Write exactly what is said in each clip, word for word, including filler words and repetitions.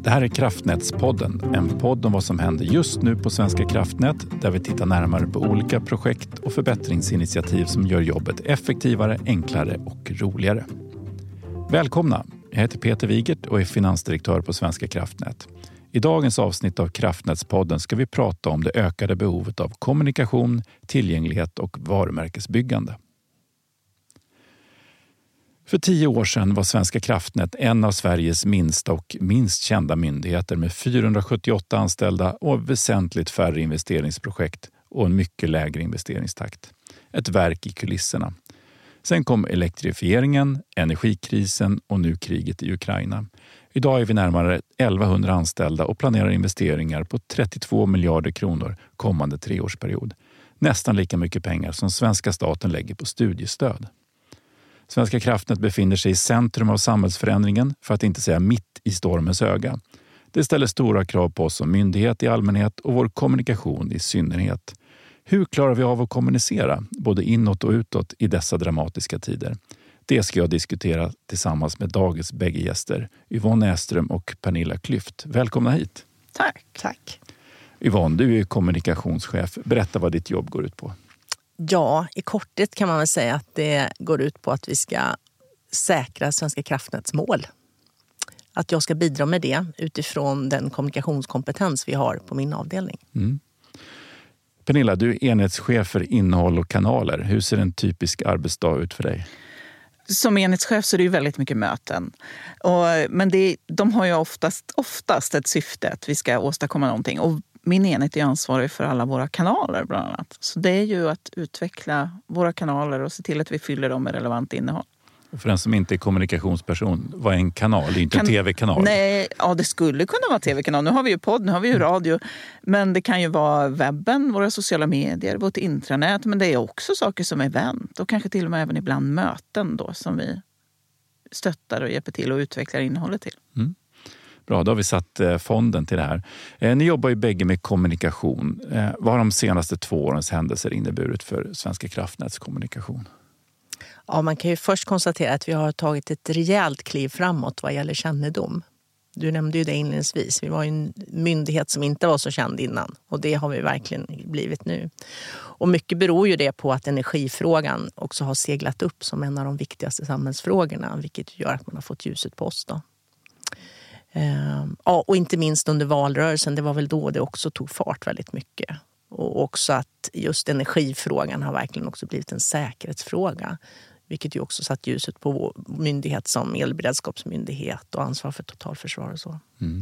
Det här är Kraftnätspodden, en podd om vad som händer just nu på Svenska kraftnät där vi tittar närmare på olika projekt och förbättringsinitiativ som gör jobbet effektivare, enklare och roligare. Välkomna! Jag heter Peter Wigert och är finansdirektör på Svenska kraftnät. I dagens avsnitt av Kraftnätspodden ska vi prata om det ökade behovet av kommunikation, tillgänglighet och varumärkesbyggande. För tio år sedan var Svenska kraftnät en av Sveriges minsta och minst kända myndigheter med fyrahundrasjuttioåtta anställda och väsentligt färre investeringsprojekt och en mycket lägre investeringstakt. Ett verk i kulisserna. Sen kom elektrifieringen, energikrisen och nu kriget i Ukraina. Idag är vi närmare elvahundra anställda och planerar investeringar på trettiotvå miljarder kronor kommande treårsperiod. Nästan lika mycket pengar som svenska staten lägger på studiestöd. Svenska kraftnät befinner sig i centrum av samhällsförändringen, för att inte säga mitt i stormens öga. Det ställer stora krav på oss som myndighet i allmänhet och vår kommunikation i synnerhet. Hur klarar vi av att kommunicera, både inåt och utåt, i dessa dramatiska tider? Det ska jag diskutera tillsammans med dagens bägge gäster, Yvonne Äström och Pernilla Klyft. Välkomna hit. Tack. Tack. Yvonne, du är kommunikationschef. Berätta vad ditt jobb går ut på. Ja, i korthet kan man väl säga att det går ut på att vi ska säkra Svenska kraftnäts mål. Att jag ska bidra med det utifrån den kommunikationskompetens vi har på min avdelning. Mm. Pernilla, du är enhetschef för innehåll och kanaler. Hur ser en typisk arbetsdag ut för dig? Som enhetschef så är det ju väldigt mycket möten. Och, men det, de har ju oftast, oftast ett syfte att vi ska åstadkomma någonting. Och min enhet är ansvarig för alla våra kanaler bland annat. Så det är ju att utveckla våra kanaler och se till att vi fyller dem med relevant innehåll. För den som inte är kommunikationsperson, vad är en kanal? Det är inte kan, en tv-kanal. Nej, ja, det skulle kunna vara tv-kanal. Nu har vi ju podd, nu har vi ju radio. Men det kan ju vara webben, våra sociala medier, vårt intranät. Men det är också saker som event och kanske till och med även ibland möten då som vi stöttar och hjälper till och utvecklar innehållet till. Mm. Bra, då har vi satt fonden till det här. Eh, ni jobbar ju bägge med kommunikation. Eh, vad har de senaste två årens händelser inneburit för Svenska kraftnäts kommunikation? Ja, man kan ju först konstatera att vi har tagit ett rejält kliv framåt vad gäller kännedom. Du nämnde ju det inledningsvis. Vi var ju en myndighet som inte var så känd innan och det har vi verkligen blivit nu. Och mycket beror ju det på att energifrågan också har seglat upp som en av de viktigaste samhällsfrågorna, vilket gör att man har fått ljuset på oss då. Ja, och inte minst under valrörelsen, det var väl då det också tog fart väldigt mycket. Och också att just energifrågan har verkligen också blivit en säkerhetsfråga. Vilket ju också satt ljuset på vår myndighet som elberedskapsmyndighet och ansvar för totalförsvar och så. Mm.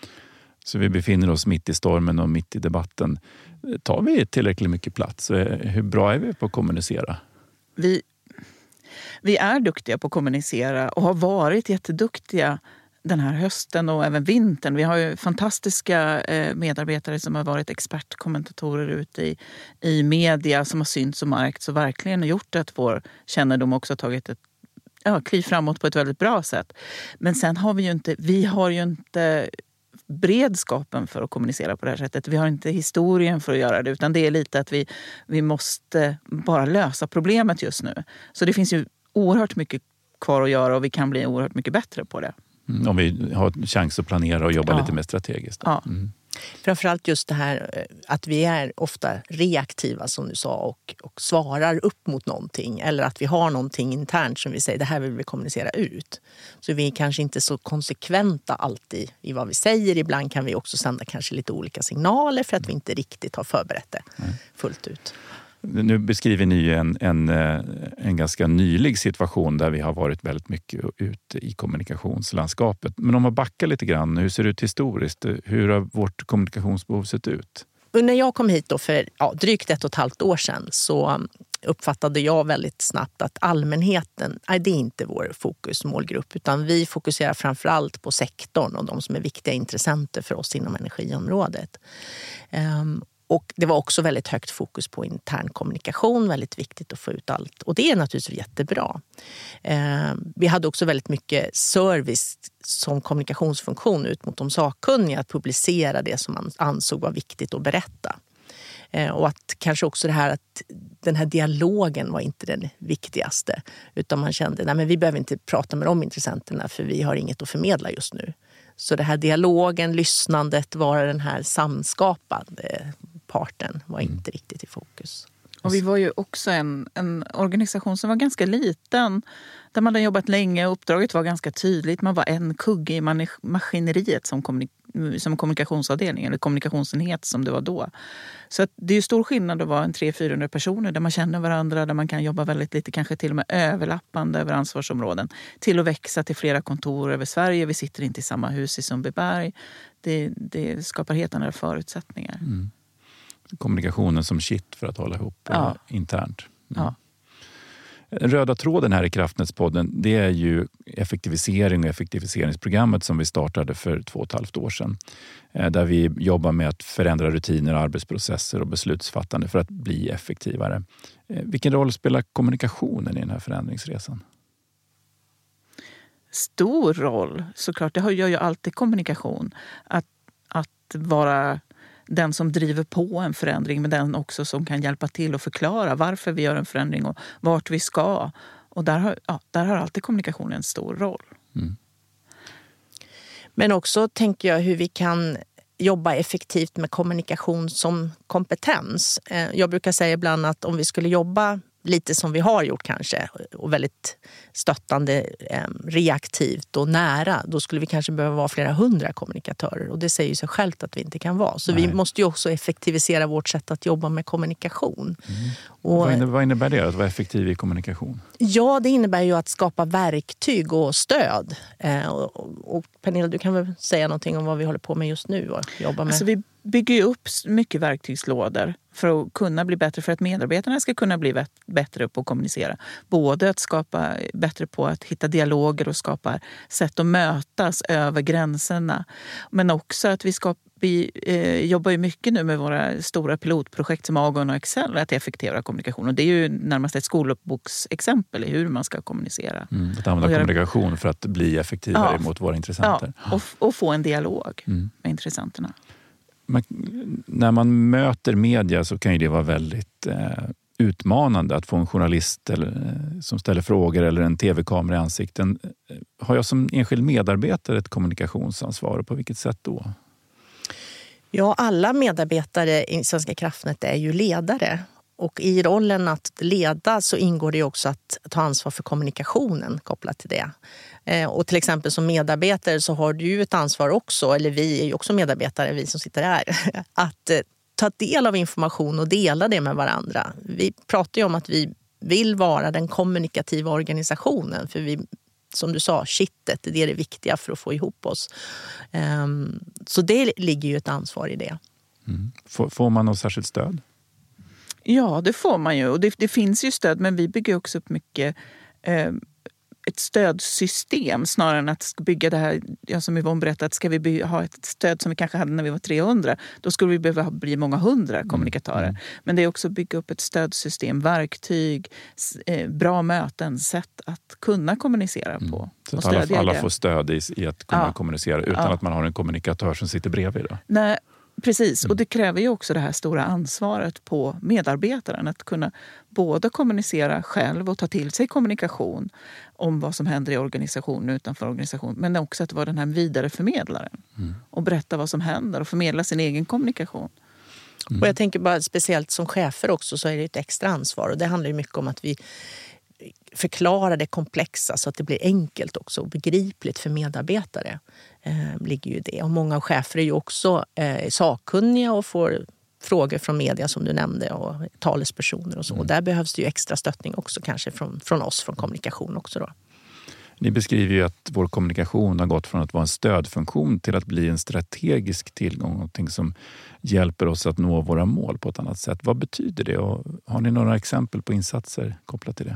Så vi befinner oss mitt i stormen och mitt i debatten. Tar vi tillräckligt mycket plats? Hur bra är vi på att kommunicera? Vi, vi är duktiga på att kommunicera och har varit jätteduktiga den här hösten och även vintern. Vi har ju fantastiska medarbetare som har varit expertkommentatorer ute i, i media som har synts och märkts och verkligen gjort att vår kännedom också har tagit ett ja, kliv framåt på ett väldigt bra sätt. Men sen har vi ju inte, vi har ju inte beredskapen för att kommunicera på det här sättet. Vi har inte historien för att göra det utan det är lite att vi, vi måste bara lösa problemet just nu. Så det finns ju oerhört mycket kvar att göra och vi kan bli oerhört mycket bättre på det. Mm, om vi har chans att planera och jobba ja. lite mer strategiskt. Ja. Mm. Framförallt just det här att vi är ofta reaktiva som du sa och, och svarar upp mot någonting. Eller att vi har någonting internt som vi säger, det här vill vi kommunicera ut. Så vi är kanske inte så konsekventa alltid i vad vi säger. Ibland kan vi också sända kanske lite olika signaler för att vi inte riktigt har förberett det mm. fullt ut. Nu beskriver ni en, en, en ganska nylig situation där vi har varit väldigt mycket ute i kommunikationslandskapet. Men om man backar lite grann, hur ser det ut historiskt? Hur har vårt kommunikationsbehov sett ut? När jag kom hit då för ja, drygt ett och ett halvt år sedan så uppfattade jag väldigt snabbt att allmänheten, nej, det är inte vår fokusmålgrupp utan vi fokuserar framförallt på sektorn och de som är viktiga intressenter för oss inom energiområdet. Um, Och det var också väldigt högt fokus på intern kommunikation, väldigt viktigt att få ut allt. Och det är naturligtvis jättebra. Eh, vi hade också väldigt mycket service som kommunikationsfunktion ut mot de sakkunniga, att publicera det som man ansåg var viktigt att berätta. Eh, och att kanske också det här att den här dialogen var inte den viktigaste. Utan man kände, nej men vi behöver inte prata med de intressenterna för vi har inget att förmedla just nu. Så det här dialogen, lyssnandet, vara den här samskapande parten var inte mm. riktigt i fokus. Och vi var ju också en, en organisation som var ganska liten, där man hade jobbat länge. Uppdraget var ganska tydligt. Man var en kugge i maskineriet som, kommunik- som kommunikationsavdelning, eller kommunikationsenhet som det var då. Så att det är ju stor skillnad att vara en tre till fyrahundra personer där man känner varandra, där man kan jobba väldigt lite, kanske till och med överlappande över ansvarsområden, till att växa till flera kontor över Sverige. Vi sitter inte i samma hus i Sundbyberg. Det, det skapar helt andra förutsättningar. Mm. Kommunikationen som kitt för att hålla ihop ja. internt. Mm. Ja. Röda tråden här i Kraftnätspodden, det är ju effektivisering och effektiviseringsprogrammet som vi startade för två och ett halvt år sedan. Där vi jobbar med att förändra rutiner, arbetsprocesser och beslutsfattande för att bli effektivare. Vilken roll spelar kommunikationen i den här förändringsresan? Stor roll, såklart. Det gör ju alltid kommunikation. Att, att vara den som driver på en förändring, men den också som kan hjälpa till och förklara varför vi gör en förändring och vart vi ska. Och där har, ja, där har alltid kommunikationen en stor roll. Mm. Men också tänker jag hur vi kan jobba effektivt med kommunikation som kompetens. Jag brukar säga ibland att om vi skulle jobba lite som vi har gjort kanske och väldigt stöttande, eh, reaktivt och nära, då skulle vi kanske behöva vara flera hundra kommunikatörer och det säger ju sig självt att vi inte kan vara. Så Nej. vi måste ju också effektivisera vårt sätt att jobba med kommunikation. Mm. Och, vad, innebär, vad innebär det att vara effektiv i kommunikation? Ja, det innebär ju att skapa verktyg och stöd. Eh, och, och Pernilla, du kan väl säga någonting om vad vi håller på med just nu och jobba med? Alltså vi bygger ju upp mycket verktygslådor för att kunna bli bättre, för att medarbetarna ska kunna bli bättre på att kommunicera. Både att skapa bättre på att hitta dialoger och skapa sätt att mötas över gränserna. Men också att vi ska vi eh, jobbar ju mycket nu med våra stora pilotprojekt som Agon och Excel att effektivera kommunikation. Och det är ju närmast ett skolboksexempel i hur man ska kommunicera. Mm, att använda göra... kommunikation för att bli effektivare ja, mot våra intressenter. Ja, och, och få en dialog mm. med intressenterna. Man, när man möter media så kan ju det vara väldigt eh, utmanande att få en journalist eller, eh, som ställer frågor eller en tv-kamera i ansikten. Har jag som enskild medarbetare ett kommunikationsansvar och på vilket sätt då? Ja, alla medarbetare i Svenska Kraftnät är ju ledare. Och i rollen att leda så ingår det också att ta ansvar för kommunikationen kopplat till det. Och till exempel som medarbetare så har du ju ett ansvar också, eller vi är ju också medarbetare, vi som sitter här, att ta del av information och dela det med varandra. Vi pratar ju om att vi vill vara den kommunikativa organisationen, för vi, som du sa, kittet, det är det viktiga för att få ihop oss. Så det ligger ju ett ansvar i det. Mm. Får, får man något särskilt stöd? Ja, det får man ju. Och det, det finns ju stöd, men vi bygger också upp mycket eh, ett stödsystem snarare än att bygga det här, ja, som Yvonne berättade, ska vi bygga, ha ett stöd som vi kanske hade när vi var trehundra, då skulle vi behöva bli många hundra kommunikatörer. Mm. Men det är också att bygga upp ett stödsystem, verktyg, eh, bra möten, sätt att kunna kommunicera på. Mm. Så att alla, alla får stöd i, i att kunna ja. kommunicera utan ja. att man har en kommunikatör som sitter bredvid då? Nej. Precis, och det kräver ju också det här stora ansvaret på medarbetaren att kunna både kommunicera själv och ta till sig kommunikation om vad som händer i organisationen och utanför organisationen, men också att vara den här vidareförmedlaren mm. och berätta vad som händer och förmedla sin egen kommunikation. Mm. Och jag tänker bara speciellt som chefer också så är det ett extra ansvar, och det handlar ju mycket om att vi förklara det komplexa så att det blir enkelt också och begripligt för medarbetare. Eh, ligger ju det. Och många chefer är ju också eh, sakkunniga och får frågor från media som du nämnde och talespersoner och så. Mm. Och där behövs det ju extra stöttning också kanske från, från oss, från kommunikation också då. Ni beskriver ju att vår kommunikation har gått från att vara en stödfunktion till att bli en strategisk tillgång, någonting som hjälper oss att nå våra mål på ett annat sätt. Vad betyder det och har ni några exempel på insatser kopplat till det?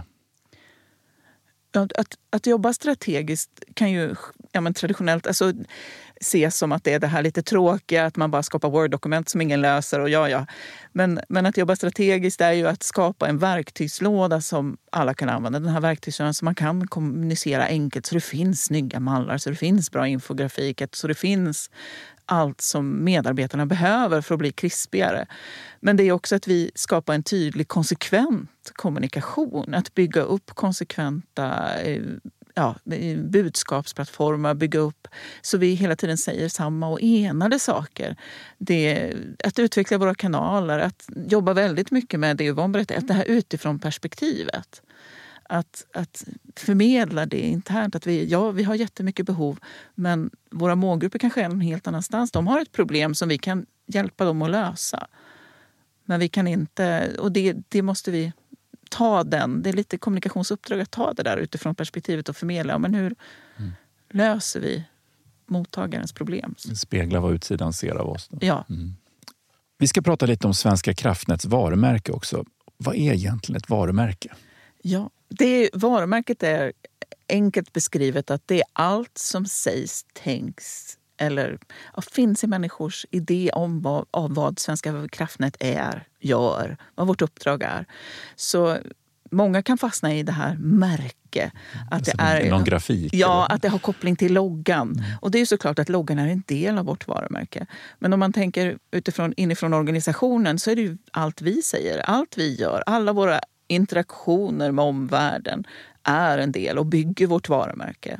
Att, att jobba strategiskt kan ju ja, men traditionellt alltså, ses som att det är det här lite tråkiga, att man bara skapar Word-dokument som ingen läser och ja, ja. Men, men att jobba strategiskt är ju att skapa en verktygslåda som alla kan använda. Den här verktygslådan som man kan kommunicera enkelt så det finns snygga mallar, så det finns bra infografik, så det finns allt som medarbetarna behöver för att bli krispigare. Men det är också att vi skapar en tydlig konsekvent kommunikation. Att bygga upp konsekventa ja, budskapsplattformar, bygga upp så vi hela tiden säger samma och enade saker. Det, att utveckla våra kanaler, att jobba väldigt mycket med det Yvonne berättade, att det här utifrån perspektivet. Att, att förmedla det internt. Att vi, ja, vi har jättemycket behov, men våra målgrupper kanske är någon helt annanstans. De har ett problem som vi kan hjälpa dem att lösa. Men vi kan inte, och det, det måste vi ta den. Det är lite kommunikationsuppdrag att ta det där utifrån perspektivet och förmedla. Men hur mm. löser vi mottagarens problem? Spegla vad utsidan ser av oss. Då. Ja. Mm. Vi ska prata lite om Svenska kraftnäts varumärke också. Vad är egentligen ett varumärke? Ja, det varumärket är enkelt beskrivet att det är allt som sägs, tänks eller ja, finns i människors idé om vad, av vad Svenska kraftnät är, gör, vad vårt uppdrag är. Så många kan fastna i det här märke. Att alltså det är någon grafik? Ja, eller? Att det har koppling till loggan. Mm. Och det är ju såklart att loggan är en del av vårt varumärke. Men om man tänker utifrån, inifrån organisationen så är det ju allt vi säger, allt vi gör, alla våra interaktioner med omvärlden är en del och bygger vårt varumärke.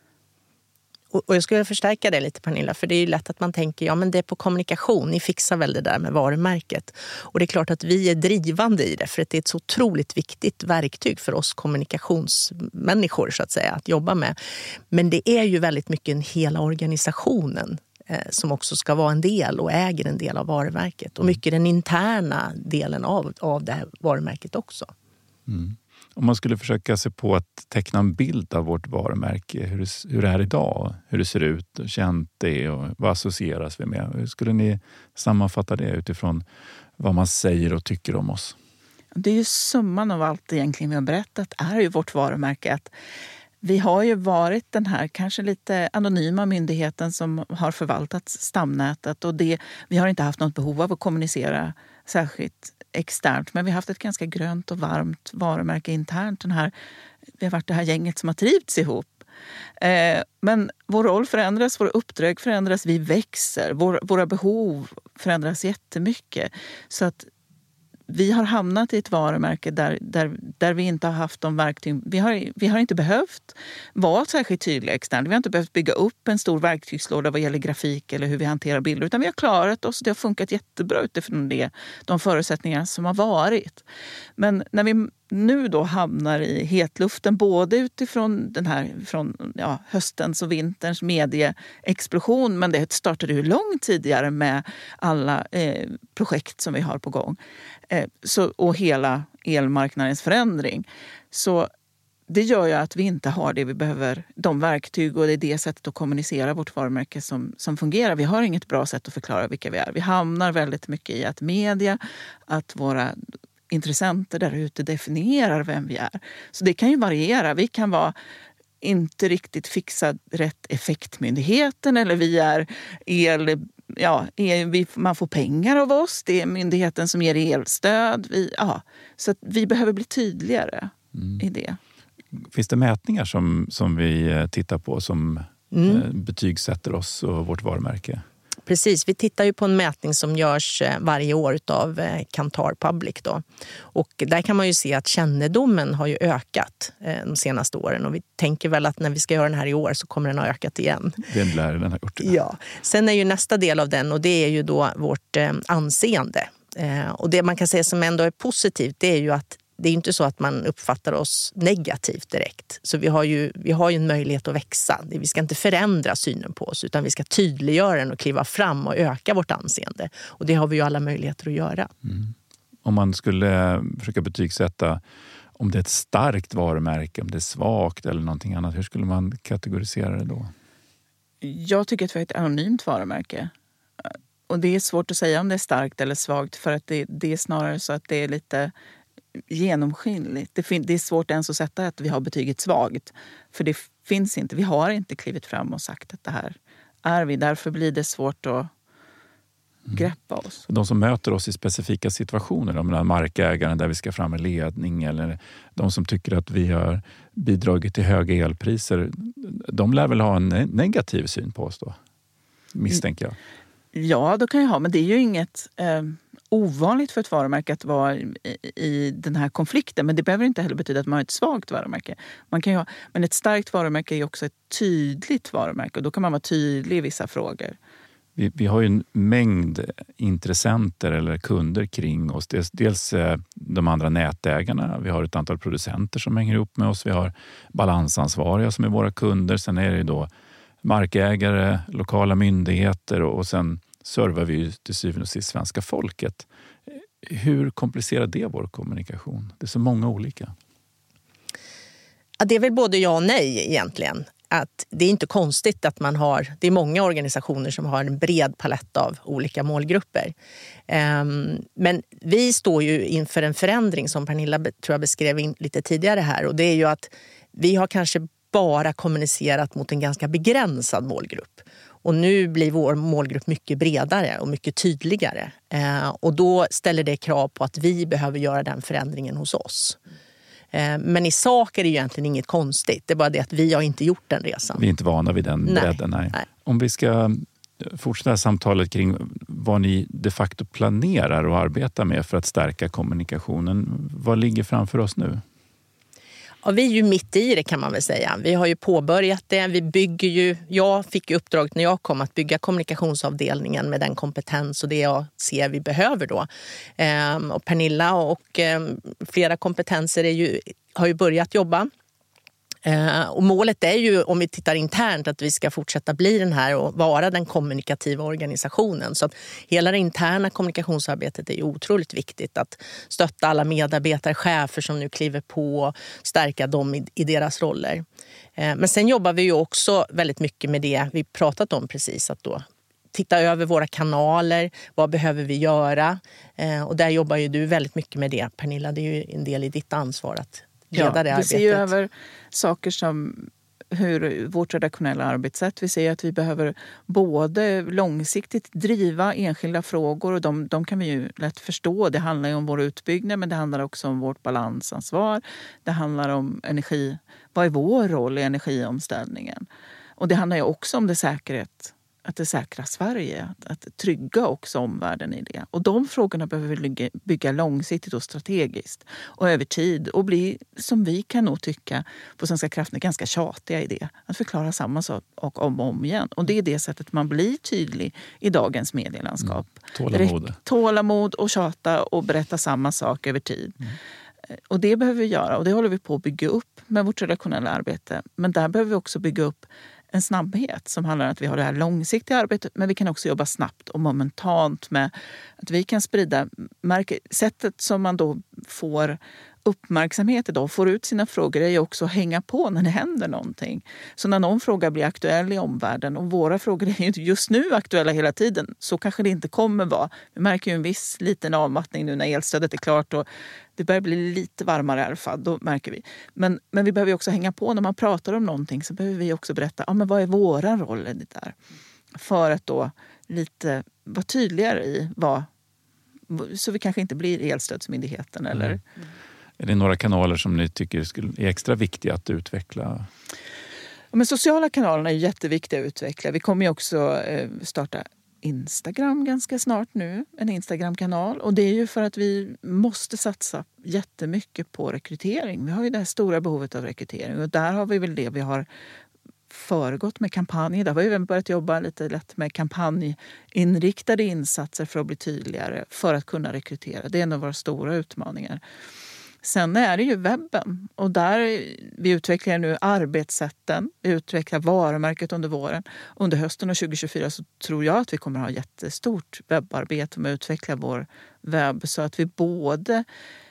Och jag skulle förstärka det lite, Pernilla, för det är ju lätt att man tänker, ja men det är på kommunikation, ni fixar väl det där med varumärket. Och det är klart att vi är drivande i det, för att det är ett så otroligt viktigt verktyg för oss kommunikationsmänniskor så att säga, att jobba med. Men det är ju väldigt mycket en hela organisationen eh, som också ska vara en del och äger en del av varumärket. Och mycket den interna delen av, av det här varumärket också. Mm. Om man skulle försöka se på att teckna en bild av vårt varumärke, hur det, hur det är idag, hur det ser ut, hur känt det är och vad associeras vi med. Hur skulle ni sammanfatta det utifrån vad man säger och tycker om oss? Det är ju summan av allt egentligen vi har berättat är ju vårt varumärke. Att vi har ju varit den här kanske lite anonyma myndigheten som har förvaltat stamnätet och det, vi har inte haft något behov av att kommunicera särskilt externt, men vi har haft ett ganska grönt och varmt varumärke internt. Den här, vi har varit det här gänget som har trivts ihop. Eh, men vår roll förändras, våra uppdrag förändras, vi växer, vår, våra behov förändras jättemycket. Så att vi har hamnat i ett varumärke där, där, där vi inte har haft de verktyg. Vi har, vi har inte behövt vara särskilt tydliga externt. Vi har inte behövt bygga upp en stor verktygslåda vad gäller grafik eller hur vi hanterar bilder. Utan vi har klarat oss. Det har funkat jättebra utifrån det, de förutsättningar som har varit. Men när vi nu då hamnar i hetluften, både utifrån den här från, ja, höstens och vinterns medieexplosion, men det startade ju långt tidigare med alla eh, projekt som vi har på gång. Eh, så, och hela elmarknadens förändring. Så det gör ju att vi inte har det vi behöver, de verktyg och det är det sättet att kommunicera vårt varumärke som, som fungerar. Vi har inget bra sätt att förklara vilka vi är. Vi hamnar väldigt mycket i att media, att våra intressenter där ute definierar vem vi är. Så det kan ju variera. Vi kan vara inte riktigt fixad rätt effektmyndigheten eller vi är el, ja, vi, man får pengar av oss. Det är myndigheten som ger elstöd. Vi, ja, så att vi behöver bli tydligare mm. i det. Finns det mätningar som, som vi tittar på som mm. betygsätter oss och vårt varumärke? Precis, vi tittar ju på en mätning som görs varje år av Kantar Public då. Och där kan man ju se att kännedomen har ju ökat de senaste åren och vi tänker väl att när vi ska göra den här i år så kommer den ha ökat igen. Den lär den har gjort det. Ja, sen är ju nästa del av den och det är ju då vårt anseende. Och det man kan säga som ändå är positivt det är ju att det är inte så att man uppfattar oss negativt direkt. Så vi har ju, vi har ju en möjlighet att växa. Vi ska inte förändra synen på oss utan vi ska tydliggöra den och kliva fram och öka vårt anseende. Och det har vi ju alla möjligheter att göra. Mm. Om man skulle försöka betygsätta om det är ett starkt varumärke, om det är svagt eller någonting annat. Hur skulle man kategorisera det då? Jag tycker att vi har ett anonymt varumärke. Och det är svårt att säga om det är starkt eller svagt för att det, det är snarare så att det är lite genomskinligt. Det, fin- det är svårt ens att sätta att vi har betyget svagt. För det finns inte. Vi har inte klivit fram och sagt att det här är vi. Därför blir det svårt att greppa oss. De som möter oss i specifika situationer, de här markägaren där vi ska fram med ledning eller de som tycker att vi har bidragit till höga elpriser, de lär väl ha en negativ syn på oss då, misstänker jag. Ja, då kan jag ha, men det är ju inget... Eh, ovanligt för ett varumärke att vara i, i den här konflikten. Men det behöver inte heller betyda att man har ett svagt varumärke. Man kan ju ha, men ett starkt varumärke är också ett tydligt varumärke. Och då kan man vara tydlig i vissa frågor. Vi, vi har ju en mängd intressenter eller kunder kring oss. Dels, dels de andra nätägarna. Vi har ett antal producenter som hänger ihop med oss. Vi har balansansvariga som är våra kunder. Sen är det då markägare, lokala myndigheter och, och sen servar vi ju till syvende och sist svenska folket. Hur komplicerar det vår kommunikation? Det är så många olika. Ja, det är väl både ja och nej egentligen. Att det är inte konstigt att man har, det är många organisationer som har en bred palett av olika målgrupper. Um, men vi står ju inför en förändring som Pernilla tror jag beskrev in lite tidigare här. Och det är ju att vi har kanske bara kommunicerat mot en ganska begränsad målgrupp. Och nu blir vår målgrupp mycket bredare och mycket tydligare. Uh, och då ställer det krav på att vi behöver göra den förändringen hos oss. Men i sak är det egentligen inget konstigt. Det är bara det att vi har inte gjort den resan. Vi är inte vana vid den bredden. Nej. Nej. Om vi ska fortsätta samtalet kring vad ni de facto planerar och arbetar med för att stärka kommunikationen. Vad ligger framför oss nu? Ja, vi är ju mitt i det kan man väl säga. Vi har ju påbörjat det. Vi bygger ju, jag fick ju uppdraget när jag kom att bygga kommunikationsavdelningen med den kompetens och det jag ser vi behöver då. Ehm, och Pernilla och eh, flera kompetenser är ju, har ju börjat jobba. Eh, och målet är ju, om vi tittar internt, att vi ska fortsätta bli den här och vara den kommunikativa organisationen. Så att hela det interna kommunikationsarbetet är ju otroligt viktigt. Att stötta alla medarbetare, chefer som nu kliver på och stärka dem i, i deras roller. Eh, men sen jobbar vi ju också väldigt mycket med det vi pratat om precis. Att då titta över våra kanaler, vad behöver vi göra? Eh, och där jobbar ju du väldigt mycket med det, Pernilla. Det är ju en del i ditt ansvar att leda det ja, arbetet. Vi ser ju över saker som hur vårt redaktionella arbetssätt. Vi ser att vi behöver både långsiktigt driva enskilda frågor och de, de kan vi ju lätt förstå. Det handlar ju om vår utbyggnad men det handlar också om vårt balansansvar. Det handlar om energi. Vad är vår roll i energiomställningen? Och det handlar ju också om det säkerhet. Att det säkrar Sverige, att, att trygga också omvärlden i det. Och de frågorna behöver vi bygga långsiktigt och strategiskt och över tid och bli, som vi kan nog tycka på Svenska kraftnät, ganska tjatiga i det. Att förklara samma sak och om och om igen. Och det är det sättet man blir tydlig i dagens medielandskap. Mm. Tålamod. Räck, tålamod och tjata och berätta samma sak över tid. Mm. Och det behöver vi göra och det håller vi på att bygga upp med vårt redaktionella arbete. Men där behöver vi också bygga upp en snabbhet som handlar om att vi har det här långsiktiga arbetet men vi kan också jobba snabbt och momentant med att vi kan sprida sättet som man då får uppmärksamhet idag och får ut sina frågor är ju också att hänga på när det händer någonting. Så när någon fråga blir aktuell i omvärlden och våra frågor är ju inte just nu aktuella hela tiden så kanske det inte kommer vara. Vi märker ju en viss liten avmattning nu när elstödet är klart och det börjar bli lite varmare i alla fall, då märker vi. Men, men vi behöver ju också hänga på när man pratar om någonting så behöver vi också berätta ja, men vad är våra roll i det där. För att då lite vara tydligare i vad så vi kanske inte blir elstödsmyndigheten eller... Mm. Är det några kanaler som ni tycker är extra viktiga att utveckla? Ja, men sociala kanalerna är jätteviktiga att utveckla. Vi kommer ju också starta Instagram ganska snart nu. En Instagram-kanal. Och det är ju för att vi måste satsa jättemycket på rekrytering. Vi har ju det här stora behovet av rekrytering. Och där har vi väl det vi har föregått med kampanjer. Där har vi även börjat jobba lite lätt med kampanjinriktade insatser för att bli tydligare. För att kunna rekrytera. Det är en av våra stora utmaningar. Sen är det ju webben och där vi utvecklar nu arbetssätten, vi utvecklar varumärket under våren. Under hösten och tjugo tjugofyra så tror jag att vi kommer att ha jättestort webbarbete med att utveckla vår webb så att vi både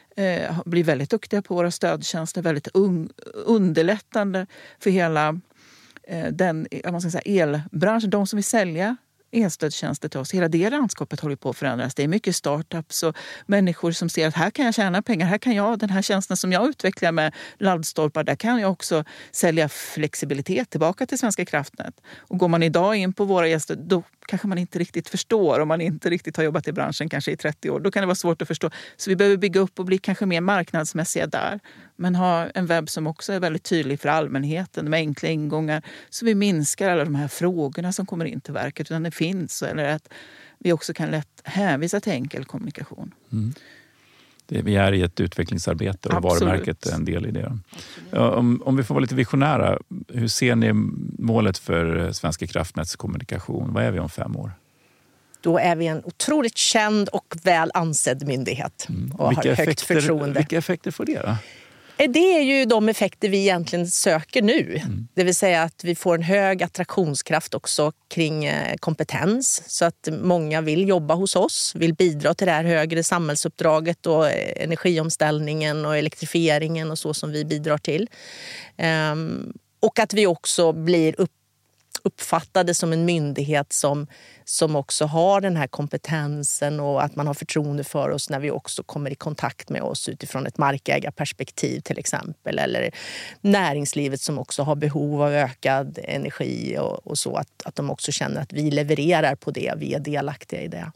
eh, blir väldigt duktiga på våra stödtjänster, väldigt un- underlättande för hela eh, den man ska säga, elbranschen, de som vill sälja elstödstjänster till oss. Hela det landskapet håller på att förändras. Det är mycket startups och människor som ser att här kan jag tjäna pengar. Här kan jag, den här tjänsten som jag utvecklar med laddstolpar, där kan jag också sälja flexibilitet tillbaka till Svenska kraftnät. Och går man idag in på våra elstöd, då kanske man inte riktigt förstår om man inte riktigt har jobbat i branschen kanske i trettio år. Då kan det vara svårt att förstå. Så vi behöver bygga upp och bli kanske mer marknadsmässiga där. Men ha en webb som också är väldigt tydlig för allmänheten med enkla ingångar. Så vi minskar alla de här frågorna som kommer in till verket. Utan det finns. Eller att vi också kan lätt hänvisa till enkel kommunikation. Mm. Det, vi är i ett utvecklingsarbete och Absolut. Varumärket är en del i det. Ja, om, om vi får vara lite visionära, hur ser ni målet för Svenska kraftnäts kommunikation? Vad är vi om fem år? Då är vi en otroligt känd och väl ansedd myndighet Mm. och Vilka har högt effekter, förtroende. Vilka effekter får det då? Det är ju de effekter vi egentligen söker nu. Mm. Det vill säga att vi får en hög attraktionskraft också kring kompetens. Så att många vill jobba hos oss, vill bidra till det här högre samhällsuppdraget och energiomställningen och elektrifieringen och så som vi bidrar till. Um, och att vi också blir upp uppfattade som en myndighet som, som också har den här kompetensen och att man har förtroende för oss när vi också kommer i kontakt med oss utifrån ett markägarperspektiv till exempel. Eller näringslivet som också har behov av ökad energi och, och så. Att, att de också känner att vi levererar på det, vi är delaktiga i det.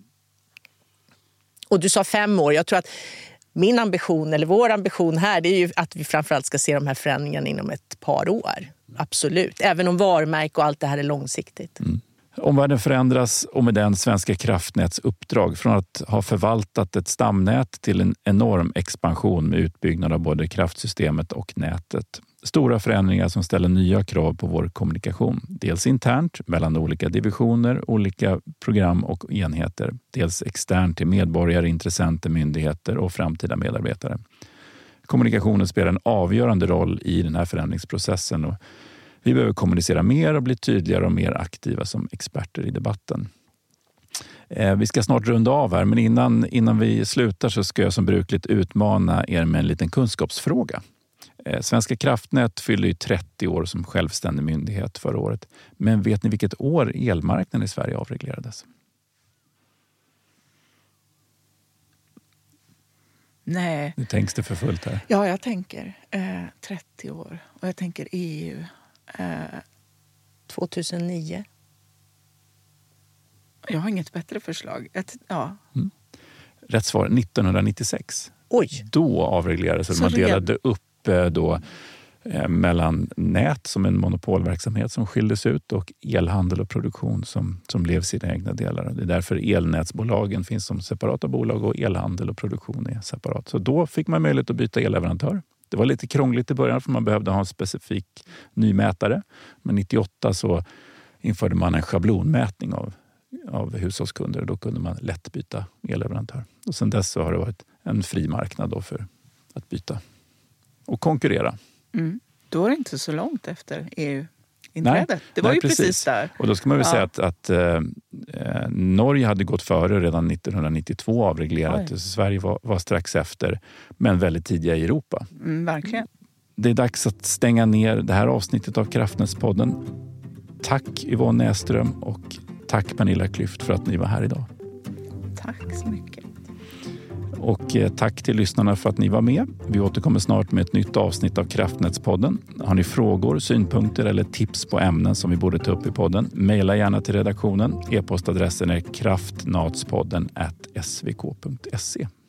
Och du sa fem år, jag tror att min ambition eller vår ambition här det är ju att vi framförallt ska se de här förändringarna inom ett par år. Absolut, även om varumärke och allt det här är långsiktigt. Mm. Omvärlden förändras och med den Svenska kraftnäts uppdrag från att ha förvaltat ett stamnät till en enorm expansion med utbyggnad av både kraftsystemet och nätet. Stora förändringar som ställer nya krav på vår kommunikation. Dels internt mellan olika divisioner, olika program och enheter. Dels externt till medborgare, intressenter, myndigheter och framtida medarbetare. Kommunikationen spelar en avgörande roll i den här förändringsprocessen och vi behöver kommunicera mer och bli tydligare och mer aktiva som experter i debatten. Eh, vi ska snart runda av här, men innan, innan vi slutar så ska jag som brukligt utmana er med en liten kunskapsfråga. Eh, Svenska kraftnät fyller ju trettio år som självständig myndighet förra året. Men vet ni vilket år elmarknaden i Sverige avreglerades? Nej. Nu tänks det för fullt här. Ja, jag tänker eh, trettio år. Och jag tänker E U. Eh, tjugohundranio. Jag har inget bättre förslag. Ett, ja. Mm. Rätt svar, nittonhundranittiosex. Oj! Då avreglerades och man delade upp eh, då, eh, mellan nät som en monopolverksamhet som skildes ut och elhandel och produktion som, som lev sina egna delar. Det är därför elnätsbolagen finns som separata bolag och elhandel och produktion är separat. Så då fick man möjlighet att byta elleverantör. Det var lite krångligt i början för man behövde ha en specifik ny mätare. Men nittioåtta så införde man en schablonmätning av, av hushållskunder och då kunde man lätt byta elleverantör. Och sedan dess så har det varit en fri marknad då för att byta och konkurrera. Mm. Då är det inte så långt efter E U-inträdet. Nej, det var nej, ju precis. precis där. Och då ska man väl Ja. säga att, att eh, Norge hade gått före redan nittonhundranittiotvå avreglerat. Så Sverige var, var strax efter, men väldigt tidiga i Europa. Mm, verkligen. Det är dags att stänga ner det här avsnittet av Kraftnätspodden. Tack Yvonne Näström och tack Pernilla Klyft för att ni var här idag. Tack så mycket. Och eh, tack till lyssnarna för att ni var med. Vi återkommer snart med ett nytt avsnitt av Kraftnätspodden. Har ni frågor, synpunkter eller tips på ämnen som vi borde ta upp i podden? Maila gärna till redaktionen. E-postadressen är kraftnatspodden at svk punkt se.